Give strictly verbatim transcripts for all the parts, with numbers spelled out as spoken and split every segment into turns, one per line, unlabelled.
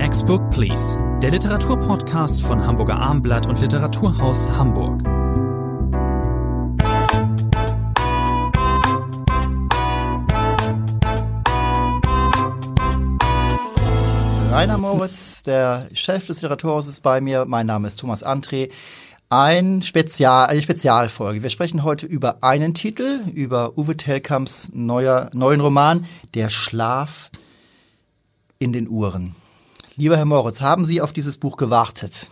Next Book Please, der Literaturpodcast von Hamburger Armblatt und Literaturhaus Hamburg.
Rainer Moritz, der Chef des Literaturhauses, bei mir. Mein Name ist Thomas André. Ein Spezial, eine Spezialfolge. Wir sprechen heute über einen Titel, über Uwe Tellkamps neuer, neuen Roman, Der Schlaf in den Uhren. Lieber Herr Moritz, haben Sie auf dieses Buch gewartet?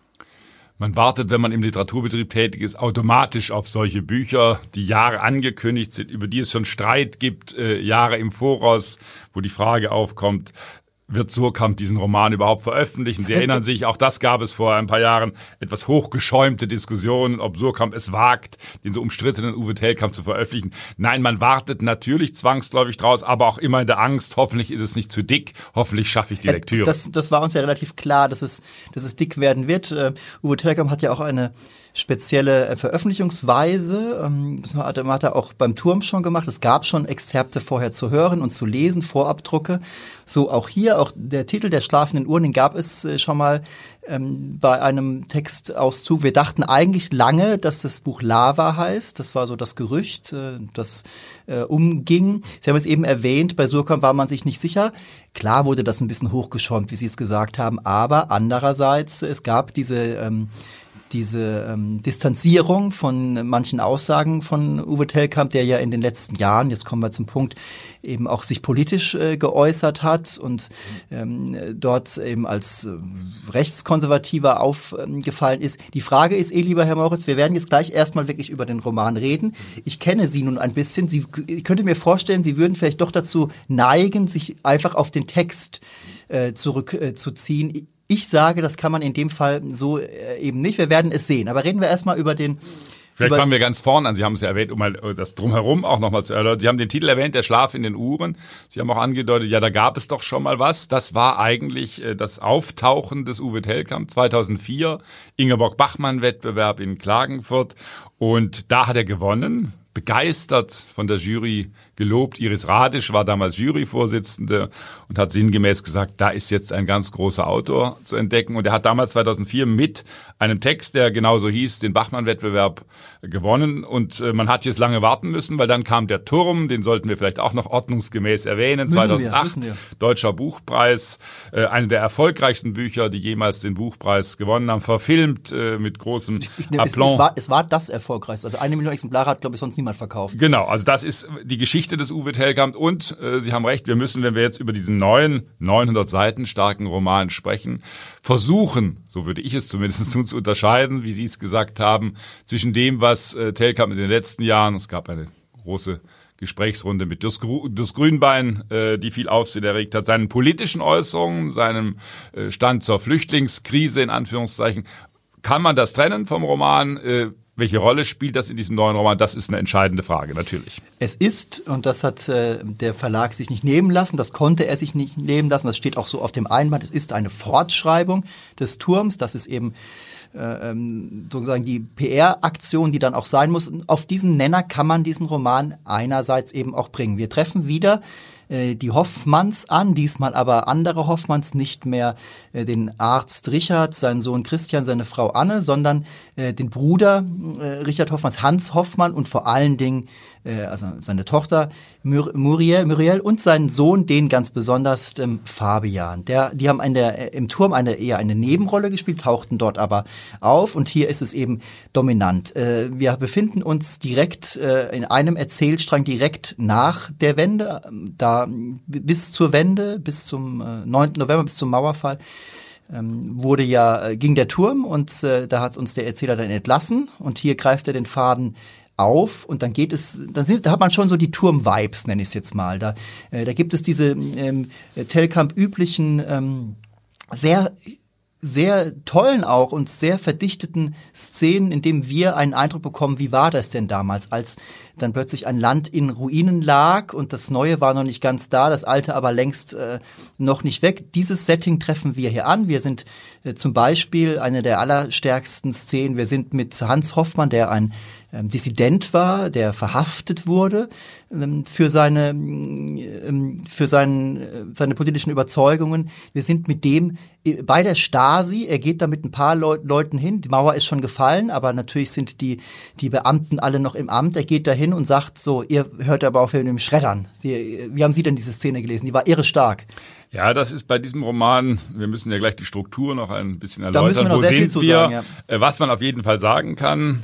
Man wartet, wenn man im Literaturbetrieb tätig ist, automatisch auf solche Bücher, die Jahre angekündigt sind, über die es schon Streit gibt, äh, Jahre im Voraus, wo die Frage aufkommt, wird Suhrkamp diesen Roman überhaupt veröffentlichen? Sie erinnern sich, auch das gab es vor ein paar Jahren, etwas hochgeschäumte Diskussionen, ob Suhrkamp es wagt, den so umstrittenen Uwe Tellkamp zu veröffentlichen. Nein, man wartet natürlich zwangsläufig draus, aber auch immer in der Angst, hoffentlich ist es nicht zu dick, hoffentlich schaffe ich die Lektüre.
Das, das war uns ja relativ klar, dass es, dass es dick werden wird. Uh, Uwe Tellkamp hat ja auch eine spezielle Veröffentlichungsweise. Ähm, das hat er auch beim Turm schon gemacht. Es gab schon Exzerpte vorher zu hören und zu lesen, Vorabdrucke. So auch hier, auch der Titel Der schlafenden Uhren, den gab es äh, schon mal ähm, bei einem Textauszug. Wir dachten eigentlich lange, dass das Buch Lava heißt. Das war so das Gerücht, äh, das äh, umging. Sie haben es eben erwähnt, bei Suhrkamp war man sich nicht sicher. Klar wurde das ein bisschen hochgeschäumt, wie Sie es gesagt haben, aber andererseits, es gab diese ähm, diese ähm, Distanzierung von manchen Aussagen von Uwe Tellkamp, der ja in den letzten Jahren, jetzt kommen wir zum Punkt, eben auch sich politisch äh, geäußert hat und ähm, dort eben als äh, Rechtskonservativer aufgefallen ist. Die Frage ist eh, lieber Herr Moritz, wir werden jetzt gleich erstmal wirklich über den Roman reden. Ich kenne Sie nun ein bisschen. Sie, ich könnte mir vorstellen, Sie würden vielleicht doch dazu neigen, sich einfach auf den Text äh, zurückzuziehen. Äh, Ich sage, das kann man in dem Fall so äh, eben nicht. Wir werden es sehen. Aber reden wir erstmal über den...
Vielleicht fangen wir ganz vorne an. Sie haben es ja erwähnt, um mal das Drumherum auch nochmal zu erläutern. Sie haben den Titel erwähnt, Der Schlaf in den Uhren. Sie haben auch angedeutet, ja, da gab es doch schon mal was. Das war eigentlich äh, das Auftauchen des Uwe Tellkamp zweitausendvier, Ingeborg-Bachmann-Wettbewerb in Klagenfurt. Und da hat er gewonnen. Begeistert von der Jury gelobt. Iris Radisch war damals Juryvorsitzende und hat sinngemäß gesagt, da ist jetzt ein ganz großer Autor zu entdecken. Und er hat damals zweitausendvier mit einem Text, der genauso hieß, den Bachmann-Wettbewerb gewonnen. Und äh, man hat jetzt lange warten müssen, weil dann kam der Turm, den sollten wir vielleicht auch noch ordnungsgemäß erwähnen.
Müssen
zweitausendacht,
wir, wir.
Deutscher Buchpreis, äh, eine der erfolgreichsten Bücher, die jemals den Buchpreis gewonnen haben, verfilmt äh, mit großem
ich, ich, es, es, war, es war das erfolgreichste. Also eine Million Exemplare hat, glaube ich, sonst niemand verkauft.
Genau, also das ist die Geschichte des Uwe Tellkamp und äh, Sie haben recht, wir müssen, wenn wir jetzt über diesen neuen, neunhundert Seiten starken Roman sprechen, versuchen, so würde ich es zumindest tun, zu unterscheiden, wie Sie es gesagt haben, zwischen dem, was äh, Tellkamp in den letzten Jahren, es gab eine große Gesprächsrunde mit Durst Grünbein, äh, die viel Aufsehen erregt hat, seinen politischen Äußerungen, seinem äh, Stand zur Flüchtlingskrise in Anführungszeichen. Kann man das trennen vom Roman? Äh, Welche Rolle spielt das in diesem neuen Roman? Das ist eine entscheidende Frage, natürlich.
Es ist, und das hat äh, der Verlag sich nicht nehmen lassen, das konnte er sich nicht nehmen lassen, das steht auch so auf dem Einband, es ist eine Fortschreibung des Turms, das ist eben äh, sozusagen die P R-Aktion, die dann auch sein muss. Und auf diesen Nenner kann man diesen Roman einerseits eben auch bringen. Wir treffen wieder die Hoffmanns an, diesmal aber andere Hoffmanns, nicht mehr äh, den Arzt Richard, seinen Sohn Christian, seine Frau Anne, sondern äh, den Bruder äh, Richard Hoffmanns, Hans Hoffmann und vor allen Dingen äh, also seine Tochter Mur- Muriel, Muriel und seinen Sohn, den ganz besonders ähm, Fabian. Der, die haben in der, im Turm eine eher eine Nebenrolle gespielt, tauchten dort aber auf und hier ist es eben dominant. Äh, wir befinden uns direkt äh, in einem Erzählstrang direkt nach der Wende, da bis zur Wende, bis zum äh, neunten November, bis zum Mauerfall, ähm, wurde ja, äh, ging der Turm und äh, da hat uns der Erzähler dann entlassen und hier greift er den Faden auf und dann geht es, dann sind, da hat man schon so die Turm-Vibes, nenne ich es jetzt mal. Da, äh, da gibt es diese ähm, Tellkamp-üblichen, ähm, sehr sehr tollen auch und sehr verdichteten Szenen, in dem wir einen Eindruck bekommen, wie war das denn damals, als dann plötzlich ein Land in Ruinen lag und das Neue war noch nicht ganz da, das Alte aber längst äh, noch nicht weg. Dieses Setting treffen wir hier an. Wir sind äh, zum Beispiel eine der allerstärksten Szenen, wir sind mit Hans Hoffmann, der ein ähm, Dissident war, der verhaftet wurde ähm, für seine ähm, für seinen, äh, seine politischen Überzeugungen. Wir sind mit dem äh, bei der Stasi, er geht da mit ein paar Leu- Leuten hin, die Mauer ist schon gefallen, aber natürlich sind die die Beamten alle noch im Amt. Er geht da hin und sagt so, ihr hört aber auf mit dem Schreddern. Sie, wie haben Sie denn diese Szene gelesen? Die war irre stark.
Ja, das ist bei diesem Roman, wir müssen ja gleich die Struktur noch ein bisschen erläutern.
Da müssen wir noch
Wo
sehr
sind
viel zu
wir?
sagen, ja.
Was man auf jeden Fall sagen kann,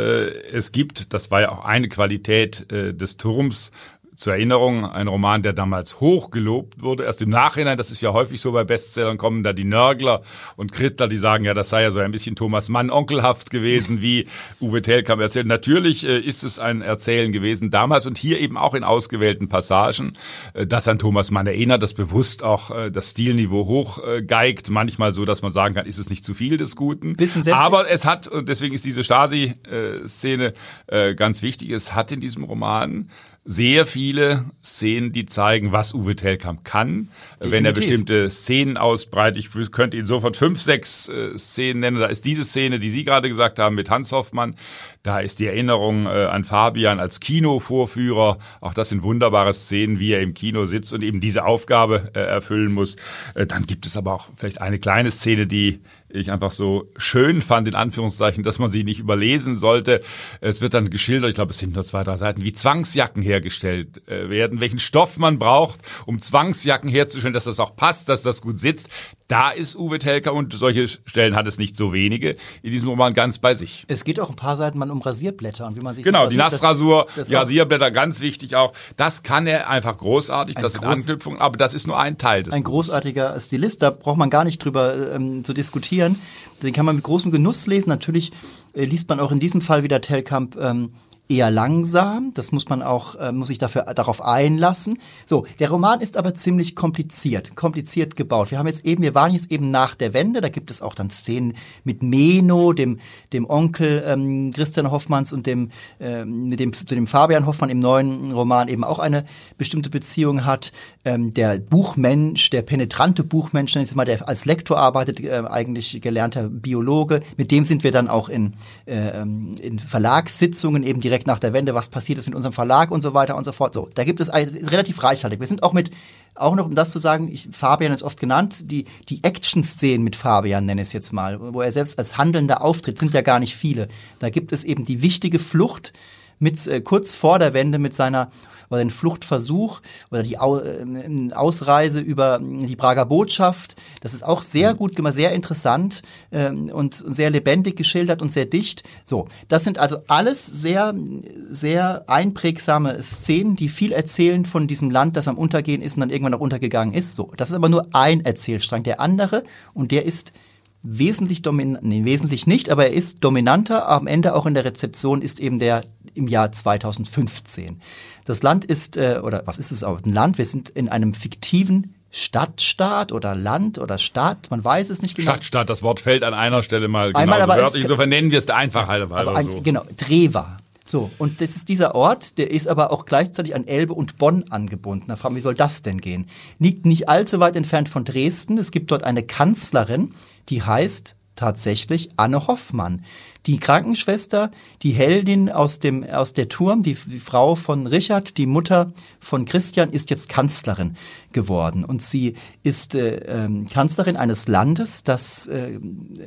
es gibt, das war ja auch eine Qualität des Turms, zur Erinnerung, ein Roman, der damals hoch gelobt wurde. Erst im Nachhinein, das ist ja häufig so bei Bestsellern, kommen da die Nörgler und Krittler, die sagen, ja, das sei ja so ein bisschen Thomas Mann onkelhaft gewesen, wie Uwe Tellkamp erzählt. Natürlich äh, ist es ein Erzählen gewesen damals und hier eben auch in ausgewählten Passagen, äh, das an Thomas Mann erinnert, das bewusst auch äh, das Stilniveau hochgeigt. Äh, Manchmal so, dass man sagen kann, ist es nicht zu viel des Guten.
Bisschen
Aber es hat, und deswegen ist diese Stasi-Szene äh, ganz wichtig, es hat in diesem Roman sehr viele Szenen, die zeigen, was Uwe Tellkamp kann. Definitiv. Wenn er bestimmte Szenen ausbreitet, ich könnte Ihnen sofort fünf, sechs äh, Szenen nennen. Da ist diese Szene, die Sie gerade gesagt haben mit Hans Hoffmann. Da ist die Erinnerung äh, an Fabian als Kinovorführer. Auch das sind wunderbare Szenen, wie er im Kino sitzt und eben diese Aufgabe äh, erfüllen muss. Äh, dann gibt es aber auch vielleicht eine kleine Szene, die ich einfach so schön fand, in Anführungszeichen, dass man sie nicht überlesen sollte. Es wird dann geschildert, ich glaube, es sind nur zwei, drei Seiten, wie Zwangsjacken hergestellt äh, werden, welchen Stoff man braucht, um Zwangsjacken herzustellen, dass das auch passt, dass das gut sitzt. Da ist Uwe Tellkamp, und solche Stellen hat es nicht so wenige, in diesem Roman ganz bei sich.
Es geht auch ein paar Seiten mal um Rasierblätter und wie man sich
Genau,
so
die
rasiert,
Nassrasur,
das, das
die Rasierblätter, ganz wichtig auch. Das kann er einfach großartig,
Ein
das sind
groß-
Anknüpfungen, aber das ist nur ein Teil des
ein
Buches.
großartiger Stilist, da braucht man gar nicht drüber ähm, zu diskutieren. Den kann man mit großem Genuss lesen. Natürlich äh, liest man auch in diesem Fall wieder Tellkamp ähm, eher langsam. Das muss man auch, äh, muss sich dafür darauf einlassen. So, der Roman ist aber ziemlich kompliziert, kompliziert gebaut. Wir haben jetzt eben, wir waren jetzt eben nach der Wende. Da gibt es auch dann Szenen mit Meno, dem dem Onkel ähm, Christian Hoffmanns und dem ähm, mit dem zu dem Fabian Hoffmann im neuen Roman eben auch eine bestimmte Beziehung hat. Ähm, der Buchmensch, der penetrante Buchmensch, nenn ich es mal, der als Lektor arbeitet, äh, eigentlich gelernter Biologe. Mit dem sind wir dann auch in äh, in Verlagssitzungen eben direkt nach der Wende, was passiert ist mit unserem Verlag und so weiter und so fort. So, da gibt es ein, ist relativ reichhaltig. Wir sind auch mit, auch noch um das zu sagen, ich, Fabian ist oft genannt, die die Action-Szenen mit Fabian, nenne ich es jetzt mal, wo er selbst als Handelnder auftritt, sind ja gar nicht viele. Da gibt es eben die wichtige Flucht mit äh, kurz vor der Wende mit seiner oder den Fluchtversuch oder die Au, äh, Ausreise über die Prager Botschaft. Das ist auch sehr gut gemacht, sehr interessant äh, und sehr lebendig geschildert und sehr dicht. So, das sind also alles sehr, sehr einprägsame Szenen, die viel erzählen von diesem Land, das am Untergehen ist und dann irgendwann auch untergegangen ist. So, das ist aber nur ein Erzählstrang. Der andere, und der ist wesentlich dominant, nee, wesentlich nicht, aber er ist dominanter, am Ende auch in der Rezeption ist eben der im Jahr zweitausendfünfzehn. Das Land ist, äh, oder was ist es auch, ein Land, wir sind in einem fiktiven Stadtstaat oder Land oder Stadt, man weiß es nicht genau.
Stadtstaat, das Wort fällt an einer Stelle mal
Einmal,
genau
aber
wörtlich,
es-
insofern nennen wir es der Einfachheit halber
ein,
so.
Genau, Treva. So, und das ist dieser Ort, der ist aber auch gleichzeitig an Elbe und Bonn angebunden. Da fragen wir, wie soll das denn gehen? Liegt nicht allzu weit entfernt von Dresden. Es gibt dort eine Kanzlerin, die heißt tatsächlich Anne Hoffmann. Die Krankenschwester, die Heldin aus dem aus der Turm, die, die Frau von Richard, die Mutter von Christian, ist jetzt Kanzlerin geworden. Und sie ist äh, ähm, Kanzlerin eines Landes, das äh,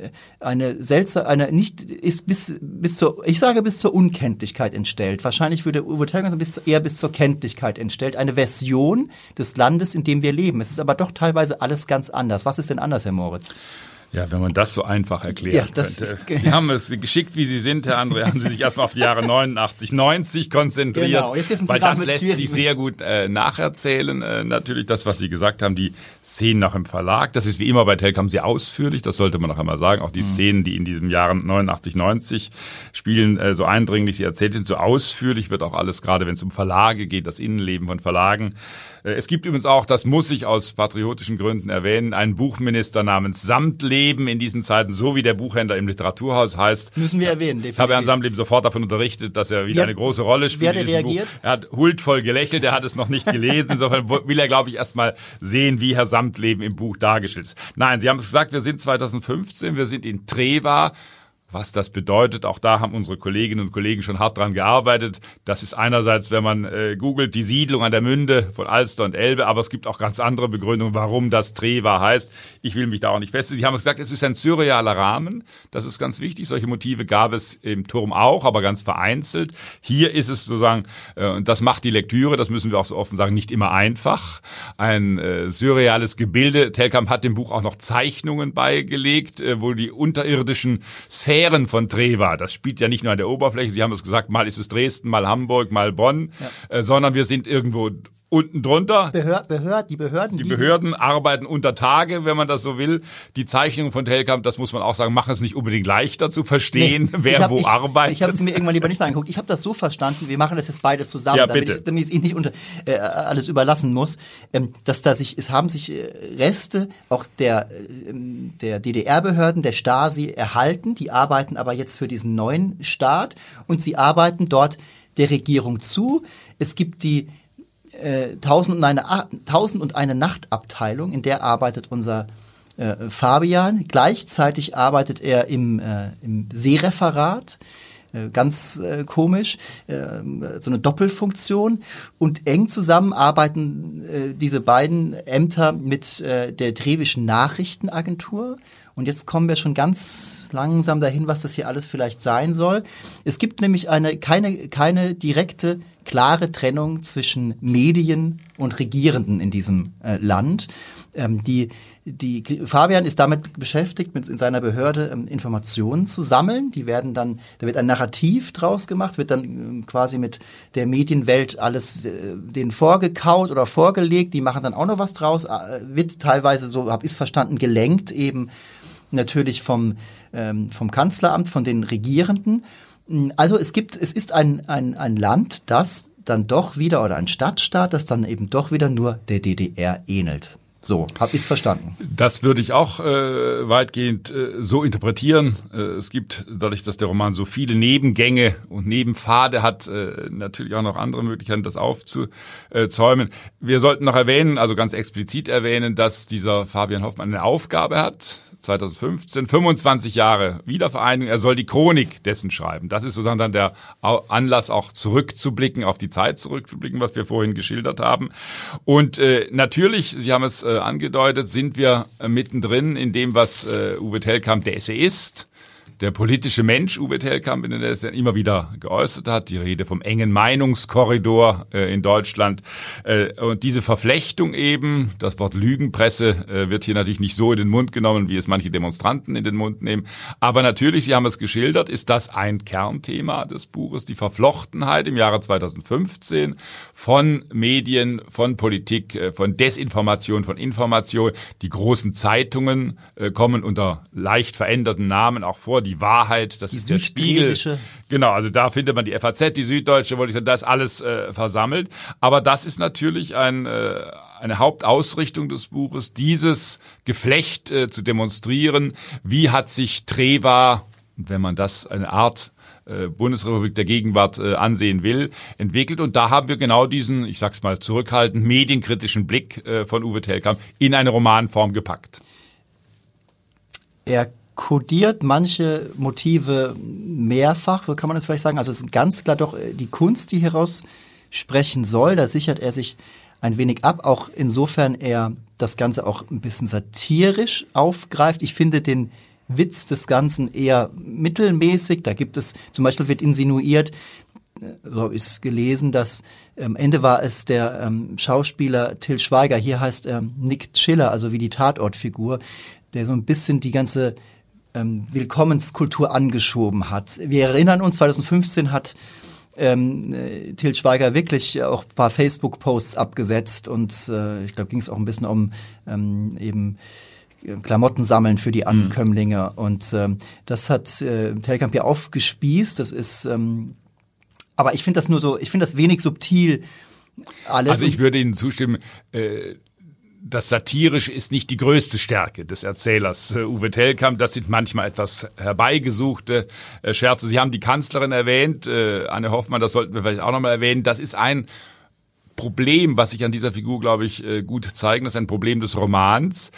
eine seltsame, eine nicht ist bis bis zur, ich sage bis zur Unkenntlichkeit entstellt. Wahrscheinlich würde Uwe Tellkamp sagen, bis zu, eher bis zur Kenntlichkeit entstellt. Eine Version des Landes, in dem wir leben. Es ist aber doch teilweise alles ganz anders. Was ist denn anders, Herr Moritz?
Ja, wenn man das so einfach erklären
Ja, das
könnte.
ist-
Sie haben es geschickt, wie Sie sind, Herr André, haben Sie sich erstmal auf die Jahre neunundachtzig, neunzig konzentriert,
Genau, jetzt dürfen Sie
weil
raten,
das
wird's
lässt
schwierig
sich
mit-
sehr gut äh, nacherzählen. Äh, natürlich das, was Sie gesagt haben, die Szenen nach im Verlag, das ist wie immer bei Tellkamp sehr ausführlich, das sollte man noch einmal sagen. Auch die Szenen, die in diesem Jahren neunundachtzig, neunzig spielen, äh, so eindringlich sie erzählt sind, so ausführlich wird auch alles, gerade wenn es um Verlage geht, das Innenleben von Verlagen. Äh, es gibt übrigens auch, das muss ich aus patriotischen Gründen erwähnen, einen Buchminister namens Samtleben in diesen Zeiten, so wie der Buchhändler im Literaturhaus heißt.
Müssen wir erwähnen, definitiv.
Ich habe Herrn Samtleben sofort davon unterrichtet, dass er wieder
Wie hat-
eine große Rolle spielt.
wie hat er
in diesem
reagiert?
Buch. Er hat huldvoll gelächelt, er hat es noch nicht gelesen. Insofern will er, glaube ich, erst mal sehen, wie Herr Samtleben im Buch dargestellt ist. Nein, Sie haben es gesagt, wir sind zweitausendfünfzehn, wir sind in Treva. Was das bedeutet, auch da haben unsere Kolleginnen und Kollegen schon hart dran gearbeitet. Das ist einerseits, wenn man äh, googelt, die Siedlung an der Münde von Alster und Elbe, aber es gibt auch ganz andere Begründungen, warum das Treva heißt. Ich will mich da auch nicht festlegen. Sie haben gesagt, es ist ein surrealer Rahmen. Das ist ganz wichtig. Solche Motive gab es im Turm auch, aber ganz vereinzelt. Hier ist es sozusagen, äh, und das macht die Lektüre, das müssen wir auch so offen sagen, nicht immer einfach. Ein äh, surreales Gebilde. Telkamp hat dem Buch auch noch Zeichnungen beigelegt, äh, wo die unterirdischen Sphären von Treva, das spielt ja nicht nur an der Oberfläche, Sie haben es gesagt, mal ist es Dresden, mal Hamburg, mal Bonn, ja. äh, sondern wir sind irgendwo unten drunter.
Behör, Behörd, die Behörden.
Die Behörden arbeiten unter Tage, wenn man das so will. Die Zeichnungen von Telkamp, das muss man auch sagen, machen es nicht unbedingt leichter zu verstehen, nee, wer hab, wo
ich,
arbeitet.
Ich habe es mir irgendwann lieber nicht mal angeguckt. Ich habe das so verstanden, wir machen das jetzt beide zusammen,
ja,
damit, ich, damit ich es Ihnen nicht unter, äh, alles überlassen muss, ähm, dass da sich, es haben sich äh, Reste auch der, äh, der D D R-Behörden, der Stasi erhalten, die arbeiten aber jetzt für diesen neuen Staat und sie arbeiten dort der Regierung zu. Es gibt die Äh, Tausend und eine, Tausend und eine Nachtabteilung, in der arbeitet unser äh, Fabian. Gleichzeitig arbeitet er im, äh, im Seereferat, äh, ganz äh, komisch, äh, so eine Doppelfunktion. Und eng zusammen arbeiten äh, diese beiden Ämter mit äh, der Trevischen Nachrichtenagentur. Und jetzt kommen wir schon ganz langsam dahin, was das hier alles vielleicht sein soll. Es gibt nämlich eine keine keine direkte, klare Trennung zwischen Medien und Regierenden in diesem äh, Land. Ähm, die, die Fabian ist damit beschäftigt, mit in seiner Behörde ähm, Informationen zu sammeln. Die werden dann, da wird ein Narrativ draus gemacht, wird dann ähm, quasi mit der Medienwelt alles äh, denen vorgekaut oder vorgelegt. Die machen dann auch noch was draus. Äh, wird teilweise, so habe ich es verstanden, gelenkt eben natürlich vom, ähm, vom Kanzleramt, von den Regierenden. Also es gibt, es ist ein, ein, ein Land, das dann doch wieder, oder ein Stadtstaat, das dann eben doch wieder nur der D D R ähnelt. So, habe ich es verstanden.
Das würde ich auch äh, weitgehend äh, so interpretieren. Äh, es gibt, dadurch, dass der Roman so viele Nebengänge und Nebenpfade hat, äh, natürlich auch noch andere Möglichkeiten, das aufzuzäumen. Wir sollten noch erwähnen, also ganz explizit erwähnen, dass dieser Fabian Hoffmann eine Aufgabe hat, zwanzig fünfzehn, fünfundzwanzig Jahre Wiedervereinigung. Er soll die Chronik dessen schreiben. Das ist sozusagen dann der Anlass, auch zurückzublicken, auf die Zeit zurückzublicken, was wir vorhin geschildert haben. Und äh, natürlich, Sie haben es äh, angedeutet, sind wir äh, mittendrin in dem, was äh, Uwe Telkamp, der Essayist, der politische Mensch Uwe Telkamp, in der er immer wieder geäußert hat, die Rede vom engen Meinungskorridor äh, in Deutschland. Äh, und diese Verflechtung eben, das Wort Lügenpresse äh, wird hier natürlich nicht so in den Mund genommen, wie es manche Demonstranten in den Mund nehmen. Aber natürlich, Sie haben es geschildert, ist das ein Kernthema des Buches, die Verflochtenheit im Jahre zwanzig fünfzehn von Medien, von Politik, äh, von Desinformation, von Information. Die großen Zeitungen äh, kommen unter leicht veränderten Namen auch vor. Die Wahrheit, das
die
ist der Spiegel. Genau, also da findet man die F A Z, die Süddeutsche, wollte ich sagen, das alles äh, versammelt. Aber das ist natürlich ein, äh, eine Hauptausrichtung des Buches, dieses Geflecht äh, zu demonstrieren. Wie hat sich Treva, wenn man das eine Art äh, Bundesrepublik der Gegenwart äh, ansehen will, entwickelt. Und da haben wir genau diesen, ich sag's mal zurückhaltend, medienkritischen Blick äh, von Uwe Telkamp in eine Romanform gepackt.
Er kodiert manche Motive mehrfach, so kann man das vielleicht sagen. Also es ist ganz klar doch die Kunst, die hieraus sprechen soll. Da sichert er sich ein wenig ab, auch insofern er das Ganze auch ein bisschen satirisch aufgreift. Ich finde den Witz des Ganzen eher mittelmäßig. Da gibt es, zum Beispiel wird insinuiert, so habe ich es gelesen, dass am Ende war es der ähm, Schauspieler Till Schweiger, hier heißt er Nick Chiller, also wie die Tatortfigur, der so ein bisschen die ganze ähm, Willkommenskultur angeschoben hat. Wir erinnern uns, zwanzig fünfzehn hat ähm, äh, Till Schweiger wirklich auch ein paar Facebook-Posts abgesetzt und äh, ich glaube, ging es auch ein bisschen um ähm, eben Klamotten sammeln für die Ankömmlinge. Mhm. Und ähm, das hat äh, Telkamp ja aufgespießt. Das ist, ähm, aber ich finde das nur so, ich finde das wenig subtil alles.
Also ich würde Ihnen zustimmen, äh, das Satirische ist nicht die größte Stärke des Erzählers äh, Uwe Telkamp. Das sind manchmal etwas herbeigesuchte äh, Scherze. Sie haben die Kanzlerin erwähnt, äh, Anne Hoffmann, das sollten wir vielleicht auch nochmal erwähnen. Das ist ein Problem, was sich an dieser Figur, glaube ich, gut zeigen, das ist ein Problem des Romans.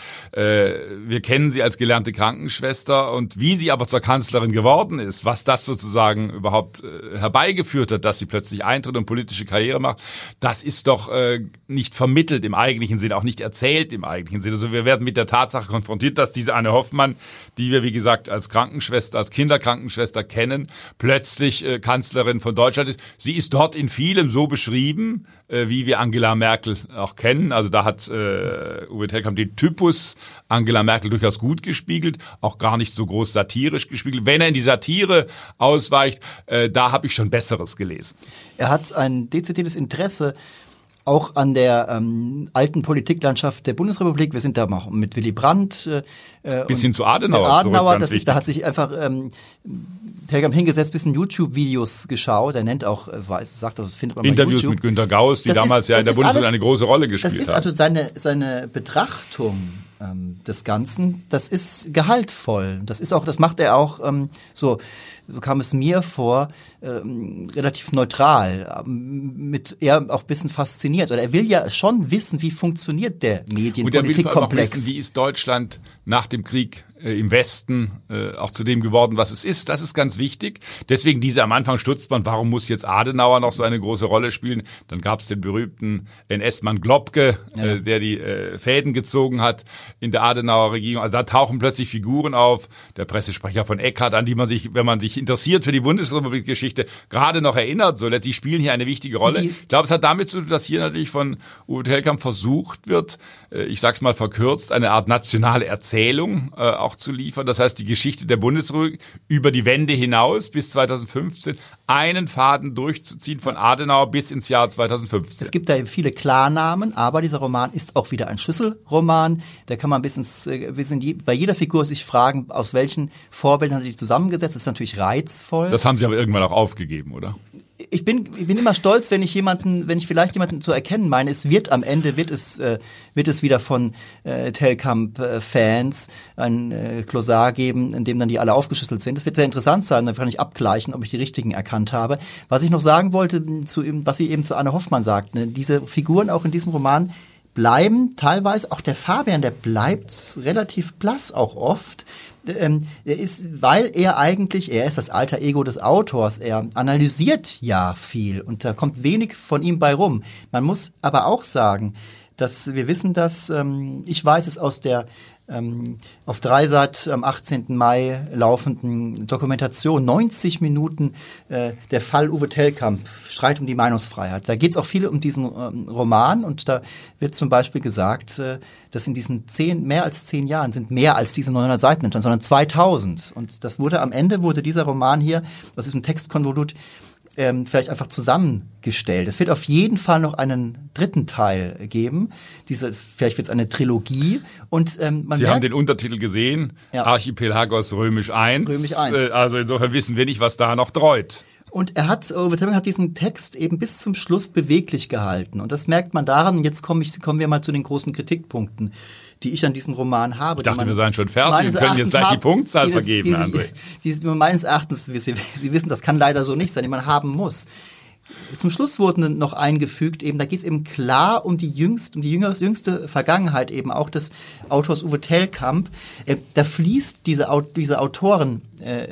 Wir kennen sie als gelernte Krankenschwester und wie sie aber zur Kanzlerin geworden ist, was das sozusagen überhaupt herbeigeführt hat, dass sie plötzlich eintritt und politische Karriere macht, das ist doch nicht vermittelt im eigentlichen Sinne, auch nicht erzählt im eigentlichen Sinne. Also wir werden mit der Tatsache konfrontiert, dass diese Anne Hoffmann, die wir, wie gesagt, als Krankenschwester, als Kinderkrankenschwester kennen, plötzlich Kanzlerin von Deutschland ist. Sie ist dort in vielem so beschrieben, wie wir Angela Merkel auch kennen. Also da hat äh, Uwe Tellkamp den Typus Angela Merkel durchaus gut gespiegelt, auch gar nicht so groß satirisch gespiegelt. Wenn er in die Satire ausweicht, äh, da habe ich schon Besseres gelesen.
Er hat ein dezidiertes Interesse auch an der ähm, alten Politiklandschaft der Bundesrepublik. Wir sind da auch mit Willy Brandt. Äh,
Bis hin zu Adenauer.
Adenauer,
zurück,
das ist, da hat sich einfach ähm, Tellkamp hingesetzt, bisschen YouTube-Videos geschaut. Er nennt auch, weiß, sagt auch, das findet man
Interviews
bei YouTube.
mit Günter Gauss, die
das
damals
ist,
ja in der Bundesrepublik eine große Rolle gespielt haben.
Das ist also seine, seine Betrachtung ähm, des Ganzen, das ist gehaltvoll. Das ist auch, das macht er auch ähm, so, so kam es mir vor, ähm, relativ neutral, ähm, mit eher auch ein bisschen fasziniert. Oder er will ja schon wissen, wie funktioniert der Medienpolitikkomplex.
Wie ist Deutschland nach dem Krieg äh, im Westen äh, auch zu dem geworden, was es ist. Das ist ganz wichtig. Deswegen diese am Anfang stutzt man, warum muss jetzt Adenauer noch so eine große Rolle spielen? Dann gab es den berühmten N S-Mann Globke, ja. äh, der die äh, Fäden gezogen hat in der Adenauer Regierung. Also da tauchen plötzlich Figuren auf, der Pressesprecher von Eckhardt, an die man sich, wenn man sich interessiert für die Bundesrepublik-Geschichte, gerade noch erinnert. So, die spielen hier eine wichtige Rolle. Die, ich glaube, es hat damit zu tun, dass hier natürlich von Uwe Tellkamp versucht wird, äh, ich sag's mal verkürzt, eine Art nationale Erzählung äh, auch zu liefern. Das heißt, die Geschichte der Bundesrepublik über die Wende hinaus bis zweitausendfünfzehn einen Faden durchzuziehen von Adenauer bis ins Jahr zweitausendfünfzehn.
Es gibt da viele Klarnamen, aber dieser Roman ist auch wieder ein Schlüsselroman. Da kann man bis ins, bis in die, bei jeder Figur sich fragen, aus welchen Vorbildern hat er die zusammengesetzt. Das ist natürlich reizvoll.
Das haben Sie aber irgendwann auch aufgegeben, oder?
Ich bin, ich bin immer stolz, wenn ich jemanden, wenn ich vielleicht jemanden zu erkennen meine, es wird am Ende, wird es, äh, wird es wieder von äh, Tellkamp-Fans ein äh, Glossar geben, in dem dann die alle aufgeschlüsselt sind. Das wird sehr interessant sein, da kann ich abgleichen, ob ich die richtigen erkannt habe. Was ich noch sagen wollte, zu, was Sie eben zu Anne Hoffmann sagten, ne, diese Figuren auch in diesem Roman bleiben teilweise, auch der Fabian, der bleibt relativ blass auch oft. Ähm, er ist, weil er eigentlich, er ist das alter Ego des Autors, er analysiert ja viel und da kommt wenig von ihm bei rum. Man muss aber auch sagen, dass wir wissen, dass, ähm, ich weiß es aus der ähm, auf Dreisat am achtzehnten Mai laufenden Dokumentation, neunzig Minuten äh, der Fall Uwe Tellkamp, Streit um die Meinungsfreiheit. Da geht es auch viel um diesen ähm, Roman und da wird zum Beispiel gesagt, äh, dass in diesen zehn, mehr als zehn Jahren sind mehr als diese neunhundert Seiten entstanden, sondern zweitausend. Und das wurde am Ende, wurde dieser Roman hier aus diesem Textkonvolut Ähm, vielleicht einfach zusammengestellt. Es wird auf jeden Fall noch einen dritten Teil geben. Dieses, vielleicht wird es eine Trilogie. Und ähm, man
Sie
merkt,
haben den Untertitel gesehen,
ja.
Archipelagos Römisch eins.
Römisch eins.
Äh, also insofern wissen wir nicht, was da noch dreut.
Und er hat, Uwe Tellkamp hat diesen Text eben bis zum Schluss beweglich gehalten. Und das merkt man daran. Und jetzt komme ich, kommen wir mal zu den großen Kritikpunkten, die ich an diesem Roman habe.
Ich dachte,
man,
wir seien schon fertig und können jetzt gleich die Punktzahl
die,
vergeben,
die,
André.
Die, die, meines Erachtens, Sie, Sie wissen, das kann leider so nicht sein, die man haben muss. Zum Schluss wurden noch eingefügt, eben, da geht es eben klar um die jüngste, um die jüngste, jüngste Vergangenheit eben auch des Autors Uwe Tellkamp. Äh, da fließt diese, diese Autoren, äh,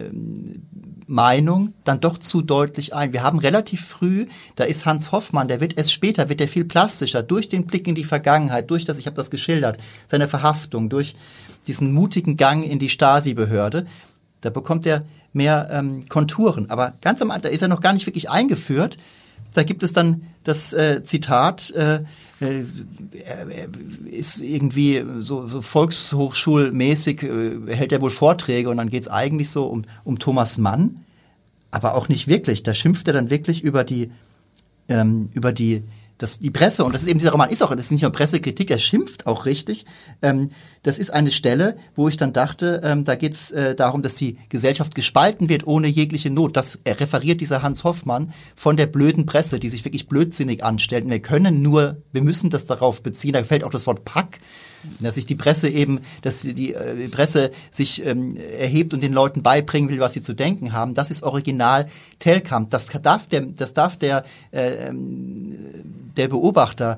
Meinung dann doch zu deutlich ein. Wir haben relativ früh, da ist Hans Hoffmann, der wird erst später, wird der viel plastischer, durch den Blick in die Vergangenheit, durch das, ich habe das geschildert, seine Verhaftung, durch diesen mutigen Gang in die Stasi-Behörde, da bekommt er mehr ähm, Konturen. Aber ganz am Anfang, da ist er noch gar nicht wirklich eingeführt. Da gibt es dann das äh, Zitat, äh, äh, er ist irgendwie so, so volkshochschulmäßig, äh, hält er wohl Vorträge und dann geht es eigentlich so um, um Thomas Mann, aber auch nicht wirklich. Da schimpft er dann wirklich über die, ähm, über die, das, die Presse, und das ist eben dieser Roman, ist auch, das ist nicht nur Pressekritik, er schimpft auch richtig. Ähm, das ist eine Stelle, wo ich dann dachte, ähm, da geht es äh, darum, dass die Gesellschaft gespalten wird ohne jegliche Not. Das er referiert dieser Hans Hoffmann von der blöden Presse, die sich wirklich blödsinnig anstellt. Und wir können nur, wir müssen das darauf beziehen, da fällt auch das Wort Pack Dass sich die Presse eben, dass die äh, Presse sich ähm, erhebt und den Leuten beibringen will, was sie zu denken haben. Das ist original Telkamp. Das darf der, das darf der, äh, der Beobachter,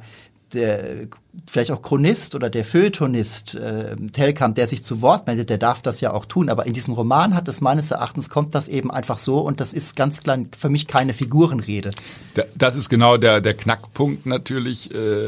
der vielleicht auch Chronist oder der Feuilletonist äh, Telkamp, der sich zu Wort meldet, der darf das ja auch tun. Aber in diesem Roman hat es meines Erachtens, kommt das eben einfach so und das ist ganz klar für mich keine Figurenrede.
Das ist genau der, der Knackpunkt natürlich.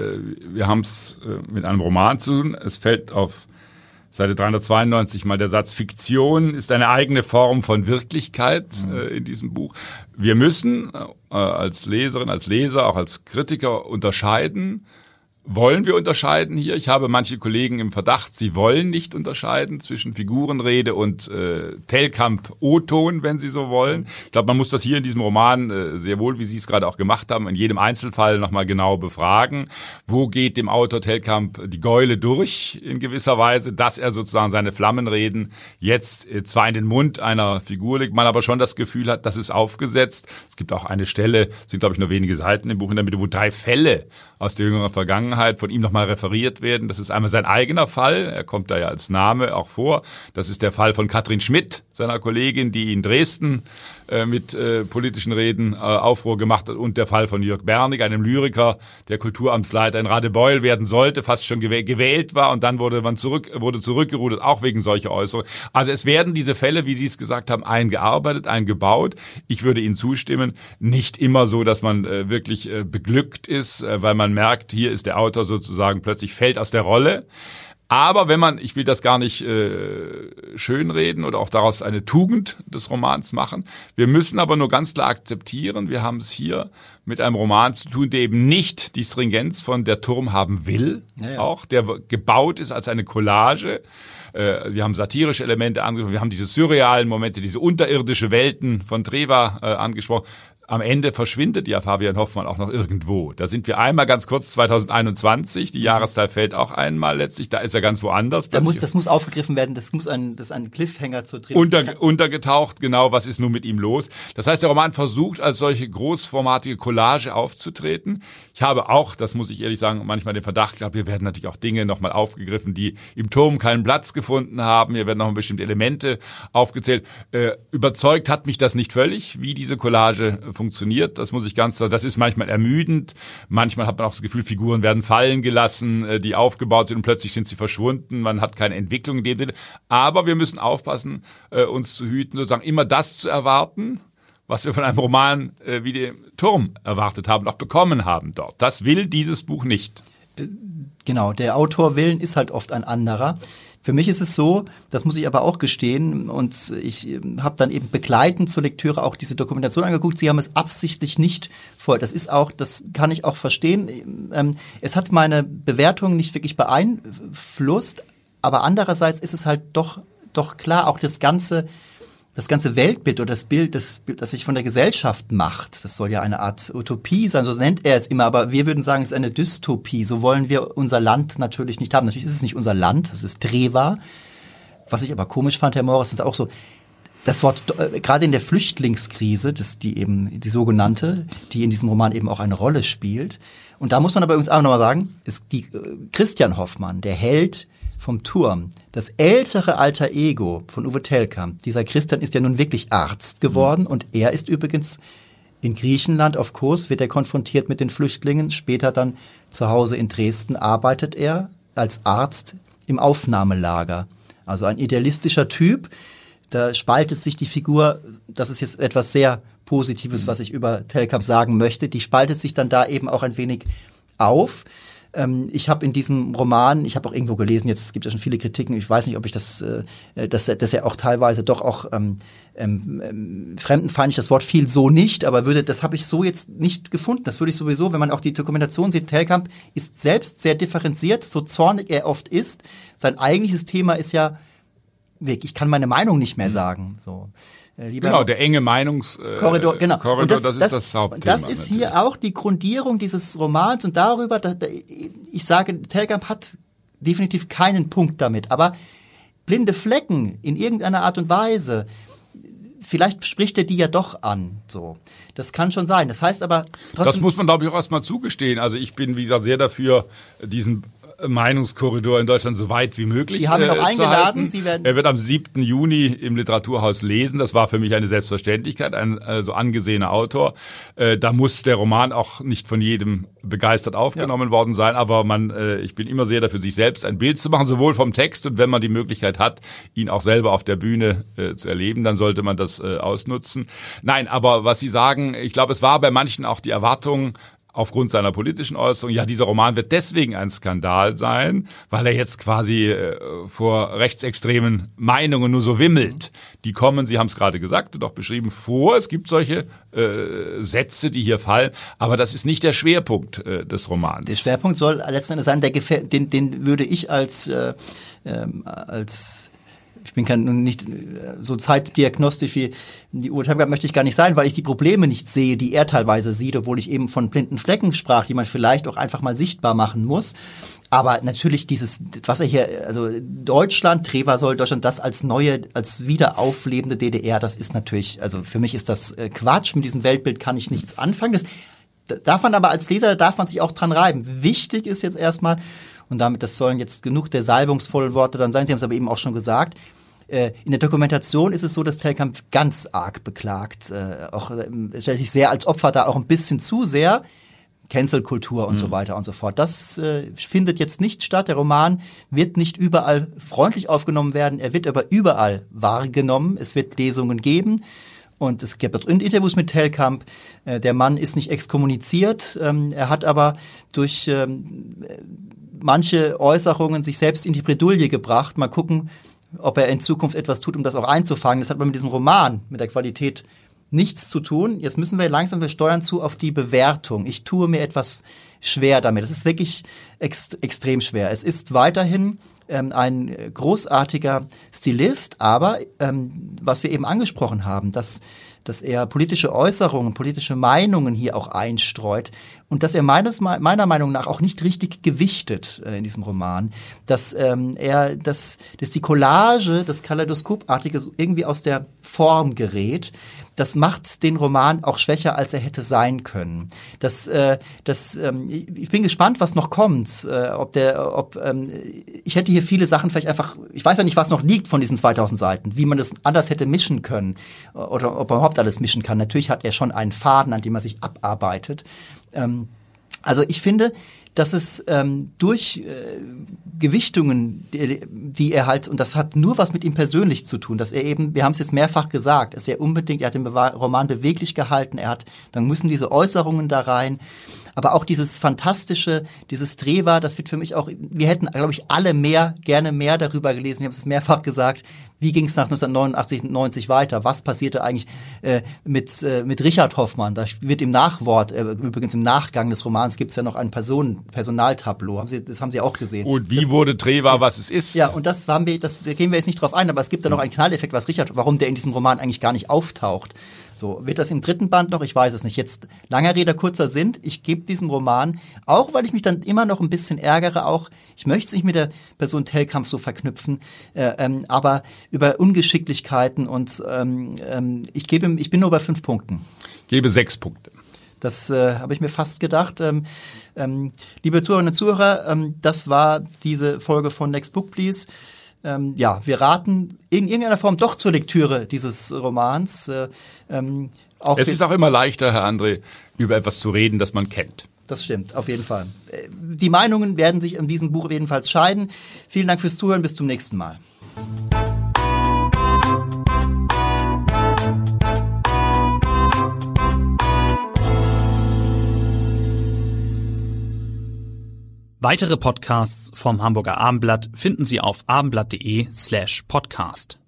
Wir haben es mit einem Roman zu tun. Es fällt auf Seite dreihundertzweiundneunzig mal der Satz, Fiktion ist eine eigene Form von Wirklichkeit mhm. in diesem Buch. Wir müssen als Leserin, als Leser, auch als Kritiker unterscheiden. Wollen wir unterscheiden hier? Ich habe manche Kollegen im Verdacht, sie wollen nicht unterscheiden zwischen Figurenrede und äh, Telkamp-O-Ton, wenn sie so wollen. Ich glaube, man muss das hier in diesem Roman äh, sehr wohl, wie Sie es gerade auch gemacht haben, in jedem Einzelfall nochmal genau befragen. Wo geht dem Autor Telkamp die Gäule durch in gewisser Weise, dass er sozusagen seine Flammenreden jetzt äh, zwar in den Mund einer Figur legt, man aber schon das Gefühl hat, das ist aufgesetzt. Es gibt auch eine Stelle, es sind glaube ich nur wenige Seiten im Buch in der Mitte, wo drei Fälle aus der jüngeren Vergangenheit von ihm nochmal referiert werden. Das ist einmal sein eigener Fall, er kommt da ja als Name auch vor. Das ist der Fall von Katrin Schmidt, seiner Kollegin, die in Dresden äh, mit äh, politischen Reden äh, Aufruhr gemacht hat, und der Fall von Jörg Bernig, einem Lyriker, der Kulturamtsleiter in Radebeul werden sollte, fast schon gewäh- gewählt war und dann wurde man zurück, wurde zurückgerudert, auch wegen solcher Äußerungen. Also es werden diese Fälle, wie Sie es gesagt haben, eingearbeitet, eingebaut. Ich würde Ihnen zustimmen, nicht immer so, dass man äh, wirklich äh, beglückt ist, äh, weil man merkt, hier ist der Autor sozusagen plötzlich fällt aus der Rolle. Aber wenn man, ich will das gar nicht äh, schönreden oder auch daraus eine Tugend des Romans machen, wir müssen aber nur ganz klar akzeptieren, wir haben es hier mit einem Roman zu tun, der eben nicht die Stringenz von Der Turm haben will, ja, ja. auch, der gebaut ist als eine Collage. Äh, wir haben satirische Elemente angesprochen, wir haben diese surrealen Momente, diese unterirdische Welten von Treva äh, angesprochen. Am Ende verschwindet ja Fabian Hoffmann auch noch irgendwo. Da sind wir einmal ganz kurz zwanzig einundzwanzig, die Jahreszahl fällt auch einmal letztlich, da ist er ganz woanders.
Da muss, das muss aufgegriffen werden, das muss ein, das ist ein Cliffhanger zu drehen.
Unter, untergetaucht, genau, was ist nun mit ihm los? Das heißt, der Roman versucht, als solche großformatige Collage aufzutreten. Ich habe auch, das muss ich ehrlich sagen, manchmal den Verdacht gehabt, hier werden natürlich auch Dinge nochmal aufgegriffen, die im Turm keinen Platz gefunden haben. Hier werden nochmal bestimmte Elemente aufgezählt. Äh, überzeugt hat mich das nicht völlig, wie diese Collage funktioniert. Das muss ich ganz sagen. Das ist manchmal ermüdend. Manchmal hat man auch das Gefühl, Figuren werden fallen gelassen, die aufgebaut sind und plötzlich sind sie verschwunden. Man hat keine Entwicklung in dem Sinne. Aber wir müssen aufpassen, uns zu hüten, sozusagen immer das zu erwarten, was wir von einem Roman wie dem Turm erwartet haben, auch bekommen haben dort. Das will dieses Buch nicht.
Genau, der Autorwillen ist halt oft ein anderer. Für mich ist es so, das muss ich aber auch gestehen, und ich habe dann eben begleitend zur Lektüre auch diese Dokumentation angeguckt. Sie haben es absichtlich nicht vor. Das ist auch, das kann ich auch verstehen. Es hat meine Bewertung nicht wirklich beeinflusst, aber andererseits ist es halt doch doch klar, auch das ganze Das ganze Weltbild oder das Bild, das, das sich von der Gesellschaft macht, das soll ja eine Art Utopie sein, so nennt er es immer, aber wir würden sagen, es ist eine Dystopie. So wollen wir unser Land natürlich nicht haben. Natürlich ist es nicht unser Land, es ist Treva. Was ich aber komisch fand, Herr Morris, ist auch so, das Wort, äh, gerade in der Flüchtlingskrise, das die eben, die sogenannte, die in diesem Roman eben auch eine Rolle spielt. Und da muss man aber übrigens auch nochmal sagen, ist die, äh, Christian Hoffmann, der Held vom Turm, das ältere Alter Ego von Uwe Telkamp, dieser Christian ist ja nun wirklich Arzt geworden, mhm. und er ist übrigens in Griechenland auf Kurs, wird er konfrontiert mit den Flüchtlingen, später dann zu Hause in Dresden arbeitet er als Arzt im Aufnahmelager. Also ein idealistischer Typ, da spaltet sich die Figur, das ist jetzt etwas sehr Positives, mhm. was ich über Telkamp sagen möchte, die spaltet sich dann da eben auch ein wenig auf. Ich habe in diesem Roman, ich habe auch irgendwo gelesen, jetzt gibt es ja schon viele Kritiken, ich weiß nicht, ob ich das, äh, dass, dass er auch teilweise doch auch ähm, ähm, fremdenfeindlich, das Wort fiel so nicht, aber würde, das habe ich so jetzt nicht gefunden. Das würde ich sowieso, wenn man auch die Dokumentation sieht, Telkamp ist selbst sehr differenziert, so zornig er oft ist. Sein eigentliches Thema ist ja, ich kann meine Meinung nicht mehr sagen, so.
Lieber genau, der enge Meinungskorridor,
äh, genau.
Korridor, das, das ist das, das Hauptthema.
Das ist natürlich hier auch die Grundierung dieses Romans und darüber, da, da, ich sage, Telkamp hat definitiv keinen Punkt damit, aber blinde Flecken in irgendeiner Art und Weise, vielleicht spricht er die ja doch an, so. Das kann schon sein. Das heißt aber trotzdem.
Das muss man, glaube ich, auch erstmal zugestehen. Also ich bin, wie gesagt, sehr dafür, diesen Meinungskorridor in Deutschland so weit wie möglich
Sie haben ihn
äh,
auch eingeladen. Sie werden
er wird am siebten Juni im Literaturhaus lesen. Das war für mich eine Selbstverständlichkeit, ein äh, so angesehener Autor. Äh, da muss der Roman auch nicht von jedem begeistert aufgenommen ja. worden sein, aber man, äh, ich bin immer sehr dafür, sich selbst ein Bild zu machen, sowohl vom Text und wenn man die Möglichkeit hat, ihn auch selber auf der Bühne äh, zu erleben, dann sollte man das äh, ausnutzen. Nein, aber was Sie sagen, ich glaube, es war bei manchen auch die Erwartung, aufgrund seiner politischen Äußerung, ja, dieser Roman wird deswegen ein Skandal sein, weil er jetzt quasi äh, vor rechtsextremen Meinungen nur so wimmelt. Die kommen, Sie haben es gerade gesagt und auch beschrieben, vor. Es gibt solche äh, Sätze, die hier fallen, aber das ist nicht der Schwerpunkt äh, des Romans. Der
Schwerpunkt soll letzten Endes sein, der gefähr- den, den würde ich als, äh, ähm, als ich bin kein, nicht so zeitdiagnostisch wie die Uwe Telkamp möchte ich gar nicht sein, weil ich die Probleme nicht sehe, die er teilweise sieht, obwohl ich eben von blinden Flecken sprach, die man vielleicht auch einfach mal sichtbar machen muss. Aber natürlich dieses, was er hier, also Deutschland, Trever soll Deutschland, das als neue, als wieder auflebende D D R, das ist natürlich, also für mich ist das Quatsch, mit diesem Weltbild kann ich nichts anfangen. Das darf man aber als Leser, da darf man sich auch dran reiben. Wichtig ist jetzt erstmal, und damit, das sollen jetzt genug der salbungsvollen Worte dann sein, Sie haben es aber eben auch schon gesagt, in der Dokumentation ist es so, dass Telkamp ganz arg beklagt, auch er stellt sich sehr als Opfer da, auch ein bisschen zu sehr, Cancel-Kultur und mhm. so weiter und so fort. Das äh, findet jetzt nicht statt. Der Roman wird nicht überall freundlich aufgenommen werden, er wird aber überall wahrgenommen. Es wird Lesungen geben. Und es gibt auch Interviews mit Telkamp. Äh, der Mann ist nicht exkommuniziert. Ähm, er hat aber durch ähm, manche Äußerungen sich selbst in die Bredouille gebracht. Mal gucken, ob er in Zukunft etwas tut, um das auch einzufangen. Das hat aber mit diesem Roman, mit der Qualität nichts zu tun. Jetzt müssen wir langsam, wir steuern zu auf die Bewertung. Ich tue mir etwas schwer damit. Das ist wirklich ext- extrem schwer. Es ist weiterhin ähm, ein großartiger Stilist, aber ähm, was wir eben angesprochen haben, dass dass er politische Äußerungen, politische Meinungen hier auch einstreut und dass er meines, meiner Meinung nach auch nicht richtig gewichtet äh, in diesem Roman, dass ähm, er, dass, dass die Collage, das Kaleidoskopartige so irgendwie aus der Form gerät. Das macht den Roman auch schwächer, als er hätte sein können. Das, äh, das, ähm, ich bin gespannt, was noch kommt. Äh, ob der, ob ähm, ich hätte hier viele Sachen vielleicht einfach, ich weiß ja nicht, was noch liegt von diesen zweitausend Seiten, wie man das anders hätte mischen können oder ob er überhaupt alles mischen kann. Natürlich hat er schon einen Faden, an dem er sich abarbeitet. Ähm, also ich finde, dass es ähm, durch äh, Gewichtungen, die, die er halt, und das hat nur was mit ihm persönlich zu tun, dass er eben, wir haben es jetzt mehrfach gesagt, dass er unbedingt, er hat den Bewa- Roman beweglich gehalten, er hat, dann müssen diese Äußerungen da rein, aber auch dieses fantastische, dieses Trever, das wird für mich auch, wir hätten, glaube ich, alle mehr, gerne mehr darüber gelesen, wir haben es mehrfach gesagt, wie ging es nach neunzehnhundertneunundachtzig, neunzig weiter, was passierte eigentlich äh, mit äh, mit Richard Hoffmann, da wird im Nachwort, äh, übrigens im Nachgang des Romans gibt es ja noch ein Person, Personaltableau, haben Sie, das haben Sie auch gesehen.
Und wie
das,
wurde Trever, was es ist?
Ja, und das haben wir, das da gehen wir jetzt nicht drauf ein, aber es gibt da noch einen Knalleffekt, was Richard, warum der in diesem Roman eigentlich gar nicht auftaucht. So, wird das im dritten Band noch? Ich weiß es nicht. Jetzt, langer Rede, kurzer Sinn. Ich gebe diesem Roman, auch weil ich mich dann immer noch ein bisschen ärgere, auch, ich möchte es nicht mit der Person Telkamp so verknüpfen, äh, ähm, aber über Ungeschicklichkeiten und ähm, ähm, ich gebe, ich bin nur bei fünf Punkten.
Gebe sechs Punkte.
Das äh, habe ich mir fast gedacht. Ähm, ähm, liebe Zuhörerinnen und Zuhörer, ähm, das war diese Folge von Next Book Please. Ähm, ja, wir raten in irgendeiner Form doch zur Lektüre dieses Romans. Äh, ähm, auch
es ist auch immer leichter, Herr André, über etwas zu reden, das man kennt.
Das stimmt, auf jeden Fall. Die Meinungen werden sich in diesem Buch jedenfalls scheiden. Vielen Dank fürs Zuhören, bis zum nächsten Mal.
Weitere Podcasts vom Hamburger Abendblatt finden Sie auf abendblatt.de slash podcast.